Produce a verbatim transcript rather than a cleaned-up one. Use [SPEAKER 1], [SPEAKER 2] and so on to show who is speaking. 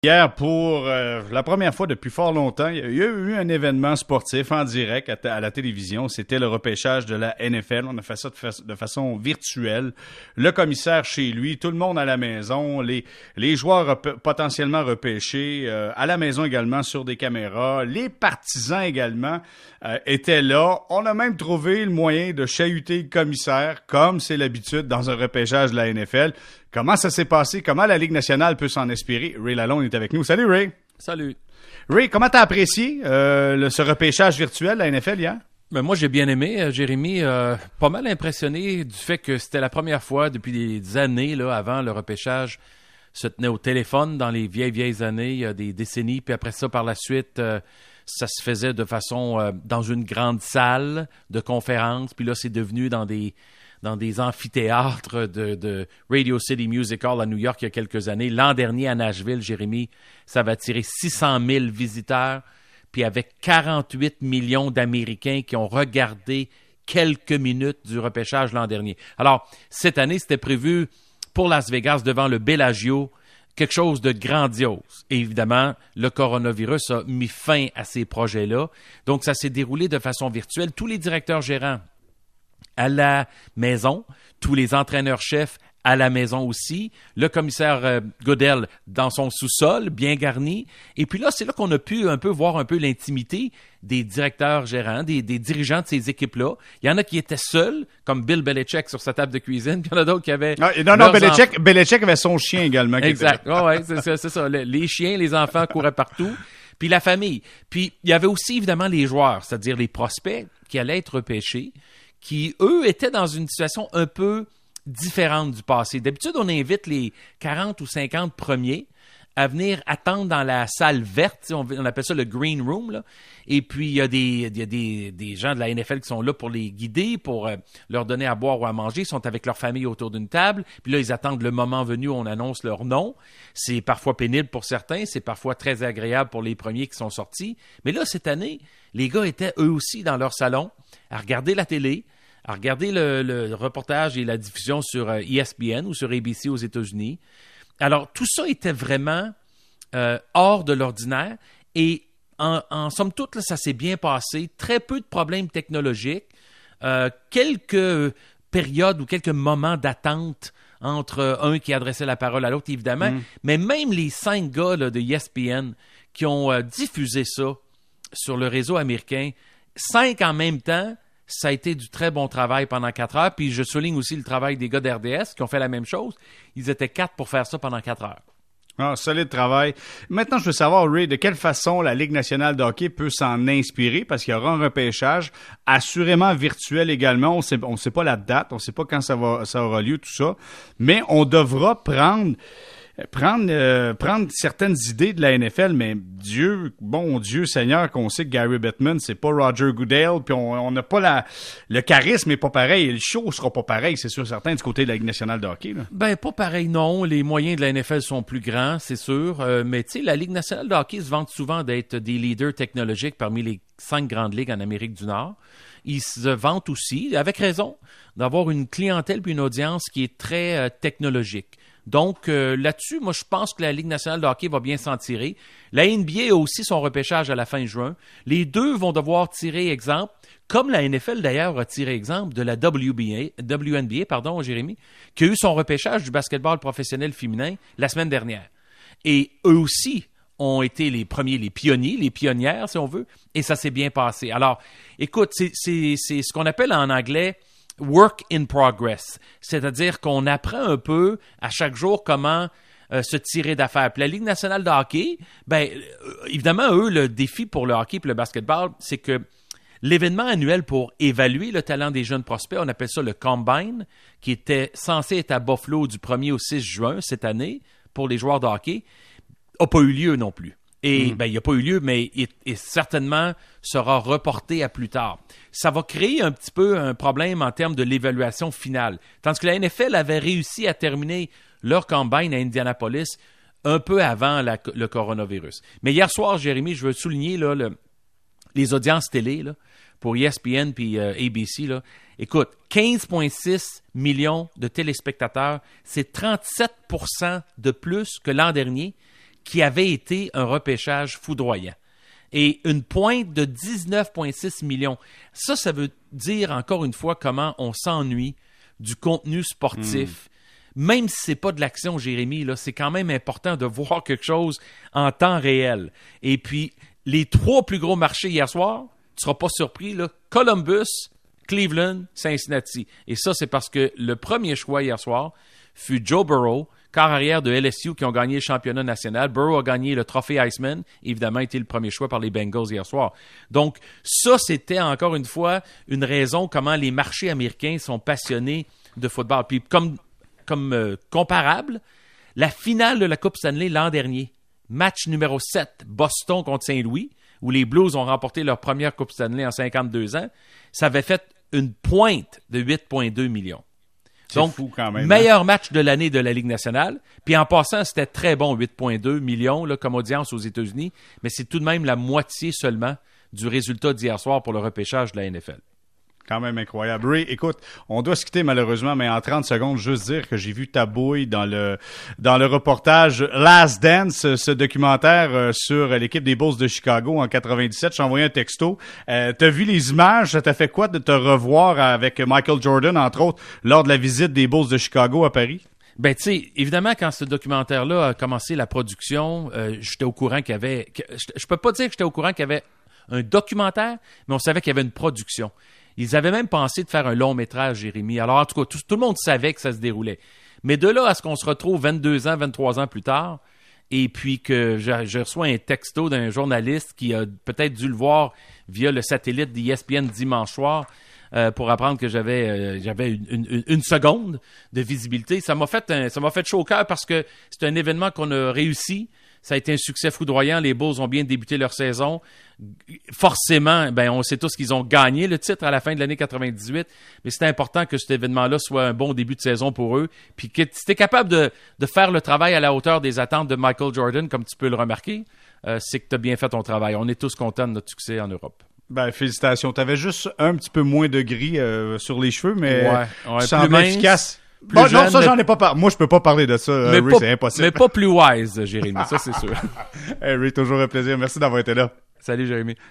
[SPEAKER 1] Hier, pour euh, la première fois depuis fort longtemps, il y a eu un événement sportif en direct à, t- à la télévision. C'était le repêchage de la N F L. On a fait ça de, fa- de façon virtuelle. Le commissaire chez lui, tout le monde à la maison, les, les joueurs rep- potentiellement repêchés, euh, à la maison également sur des caméras. Les partisans également euh, étaient là. On a même trouvé le moyen de chahuter le commissaire, comme c'est l'habitude dans un repêchage de la N F L. Comment ça s'est passé? Comment la Ligue nationale peut s'en inspirer? Ray Lalonde est avec nous. Salut, Ray.
[SPEAKER 2] Salut.
[SPEAKER 1] Ray, comment t'as apprécié euh, le, ce repêchage virtuel de la N F L hier?
[SPEAKER 2] Ben moi, j'ai bien aimé, euh, Jérémy. Euh, pas mal impressionné du fait que c'était la première fois depuis des années, là, avant le repêchage, se tenait au téléphone dans les vieilles, vieilles années, il y a des décennies. Puis après ça, par la suite, euh, ça se faisait de façon euh, dans une grande salle de conférence. Puis là, c'est devenu dans des... dans des amphithéâtres de, de Radio City Music Hall à New York il y a quelques années. L'an dernier, à Nashville, Jérémy, ça va attirer six cent mille visiteurs, puis avec quarante-huit millions d'Américains qui ont regardé quelques minutes du repêchage l'an dernier. Alors, cette année, c'était prévu pour Las Vegas devant le Bellagio, quelque chose de grandiose. Et évidemment, le coronavirus a mis fin à ces projets-là. Donc, ça s'est déroulé de façon virtuelle. Tous les directeurs gérants à la maison, tous les entraîneurs-chefs à la maison aussi, le commissaire euh, Goodell dans son sous-sol, bien garni. Et puis là, c'est là qu'on a pu un peu voir un peu l'intimité des directeurs gérants, des, des dirigeants de ces équipes-là. Il y en a qui étaient seuls, comme Bill Belichick sur sa table de cuisine, puis il y en a d'autres qui avaient...
[SPEAKER 1] Ah, non, non, Belichick, enfants. Belichick avait son chien également.
[SPEAKER 2] Exact, oh, ouais, c'est, c'est, c'est ça. Les, les chiens, les enfants couraient partout, puis la famille. Puis il y avait aussi évidemment les joueurs, c'est-à-dire les prospects qui allaient être repêchés, qui, eux, étaient dans une situation un peu différente du passé. D'habitude, on invite les quarante ou cinquante premiers à venir attendre dans la salle verte, on, on appelle ça le green room, là. Et puis, il y a, des, il y a des, des gens de la N F L qui sont là pour les guider, pour euh, leur donner à boire ou à manger. Ils sont avec leur famille autour d'une table. Puis là, ils attendent le moment venu où on annonce leur nom. C'est parfois pénible pour certains, c'est parfois très agréable pour les premiers qui sont sortis. Mais là, cette année, les gars étaient eux aussi dans leur salon à regarder la télé, à regarder le, le reportage et la diffusion sur euh, E S P N ou sur A B C aux États-Unis. Alors, tout ça était vraiment euh, hors de l'ordinaire et en, en somme toute, là, ça s'est bien passé. Très peu de problèmes technologiques, euh, quelques périodes ou quelques moments d'attente entre un qui adressait la parole à l'autre, évidemment, mm. mais même les cinq gars là, de E S P N qui ont euh, diffusé ça sur le réseau américain, cinq en même temps, ça a été du très bon travail pendant quatre heures. Puis je souligne aussi le travail des gars d'R D S qui ont fait la même chose. Ils étaient quatre pour faire ça pendant quatre heures.
[SPEAKER 1] Ah, solide travail. Maintenant, je veux savoir, Ray, de quelle façon la Ligue nationale de hockey peut s'en inspirer, parce qu'il y aura un repêchage assurément virtuel également. On sait, on sait pas la date, on sait pas quand ça va, ça aura lieu, tout ça. Mais on devra prendre... Prendre, euh, prendre certaines idées de la N F L, mais Dieu, bon Dieu Seigneur, qu'on sait que Gary Bettman, c'est pas Roger Goodell, puis on n'a pas la... Le charisme est pas pareil, et le show sera pas pareil, c'est sûr certain, du côté de la Ligue nationale de hockey. Là.
[SPEAKER 2] Ben, pas pareil, non. Les moyens de la N F L sont plus grands, c'est sûr. Euh, mais tu sais, la Ligue nationale de hockey se vante souvent d'être des leaders technologiques parmi les cinq grandes ligues en Amérique du Nord. Ils se vantent aussi, avec raison, d'avoir une clientèle puis une audience qui est très euh, technologique. Donc, euh, là-dessus, moi, je pense que la Ligue nationale de hockey va bien s'en tirer. La N B A a aussi son repêchage à la fin juin. Les deux vont devoir tirer exemple, comme la N F L, d'ailleurs, a tiré exemple de la W B A, W N B A, pardon, Jérémy, qui a eu son repêchage du basketball professionnel féminin la semaine dernière. Et eux aussi ont été les premiers, les pionniers, les pionnières, si on veut, et ça s'est bien passé. Alors, écoute, c'est, c'est, c'est ce qu'on appelle en anglais work in progress, c'est-à-dire qu'on apprend un peu à chaque jour comment euh, se tirer d'affaire. Puis la Ligue nationale de hockey, ben euh, évidemment, eux, le défi pour le hockey et le basketball, c'est que l'événement annuel pour évaluer le talent des jeunes prospects, on appelle ça le Combine, qui était censé être à Buffalo du premier au six juin cette année pour les joueurs de hockey, n'a pas eu lieu non plus. Et mmh. ben, il n'a pas eu lieu, mais il, il certainement sera reporté à plus tard. Ça va créer un petit peu un problème en termes de l'évaluation finale. Tandis que la N F L avait réussi à terminer leur combine à Indianapolis un peu avant la, le coronavirus. Mais hier soir, Jérémy, je veux souligner là, le, les audiences télé là, pour E S P N puis euh, A B C. Là. Écoute, quinze virgule six millions de téléspectateurs, c'est trente-sept pour cent de plus que l'an dernier. qui avait été un repêchage foudroyant. Et une pointe de dix-neuf virgule six millions. Ça, ça veut dire, encore une fois, comment on s'ennuie du contenu sportif. Mm. Même si c'est pas de l'action, Jérémy, là, c'est quand même important de voir quelque chose en temps réel. Et puis, les trois plus gros marchés hier soir, tu seras pas surpris, là, Columbus, Cleveland, Cincinnati. Et ça, c'est parce que le premier choix hier soir fut Joe Burrow, quart arrière de L S U qui ont gagné le championnat national. Burrow a gagné le trophée Heisman. Évidemment, a été le premier choix par les Bengals hier soir. Donc, ça, c'était encore une fois une raison comment les marchés américains sont passionnés de football. Puis, comme, comme euh, comparable, la finale de la Coupe Stanley l'an dernier, match numéro sept, Boston contre Saint-Louis, où les Blues ont remporté leur première Coupe Stanley en cinquante-deux ans, ça avait fait une pointe de huit virgule deux millions.
[SPEAKER 1] C'est
[SPEAKER 2] Donc,
[SPEAKER 1] fou quand même,
[SPEAKER 2] meilleur
[SPEAKER 1] hein?
[SPEAKER 2] match de l'année de la Ligue nationale. Puis en passant, c'était très bon, huit virgule deux millions là, comme audience aux États-Unis, mais c'est tout de même la moitié seulement du résultat d'hier soir pour le repêchage de la N F L.
[SPEAKER 1] Quand même incroyable. Ray, écoute, on doit se quitter malheureusement, mais en trente secondes, juste dire que j'ai vu ta bouille dans le dans le reportage Last Dance, ce documentaire euh, sur l'équipe des Bulls de Chicago en quatre-vingt-dix-sept. Je t'ai envoyé un texto. Euh, t'as vu les images? Ça t'a fait quoi de te revoir avec Michael Jordan, entre autres, lors de la visite des Bulls de Chicago à Paris?
[SPEAKER 2] Ben, tu sais, évidemment, quand ce documentaire-là a commencé la production, euh, j'étais au courant qu'il y avait... Que, je, je peux pas dire que j'étais au courant qu'il y avait un documentaire, mais on savait qu'il y avait une production. Ils avaient même pensé de faire un long métrage, Jérémy. Alors, en tout cas, tout, tout le monde savait que ça se déroulait. Mais de là à ce qu'on se retrouve vingt-deux ans, vingt-trois ans plus tard, et puis que je, je reçois un texto d'un journaliste qui a peut-être dû le voir via le satellite d'E S P N dimanche soir euh, pour apprendre que j'avais euh, j'avais une, une, une seconde de visibilité. Ça m'a fait un, ça m'a fait chaud au cœur parce que c'est un événement qu'on a réussi. Ça a été un succès foudroyant. Les Bulls ont bien débuté leur saison. Forcément, ben, on sait tous qu'ils ont gagné le titre à la fin de l'année quatre-vingt-dix-huit, mais c'est important que cet événement-là soit un bon début de saison pour eux. Puis que si t'es capable de, de faire le travail à la hauteur des attentes de Michael Jordan, comme tu peux le remarquer, euh, c'est que tu as bien fait ton travail. On est tous contents de notre succès en Europe.
[SPEAKER 1] Ben, félicitations. T'avais juste un petit peu moins de gris euh, sur les cheveux, mais
[SPEAKER 2] ouais, ouais,
[SPEAKER 1] tu semblais efficace.
[SPEAKER 2] Bon,
[SPEAKER 1] non, ça, j'en ai pas parlé. Moi, je peux pas parler de ça,
[SPEAKER 2] mais
[SPEAKER 1] euh, Ray,
[SPEAKER 2] pas,
[SPEAKER 1] c'est impossible.
[SPEAKER 2] Mais pas plus wise, Jérémy, ça, c'est sûr.
[SPEAKER 1] Hey, Ray, toujours un plaisir. Merci d'avoir été là.
[SPEAKER 2] Salut, Jérémy.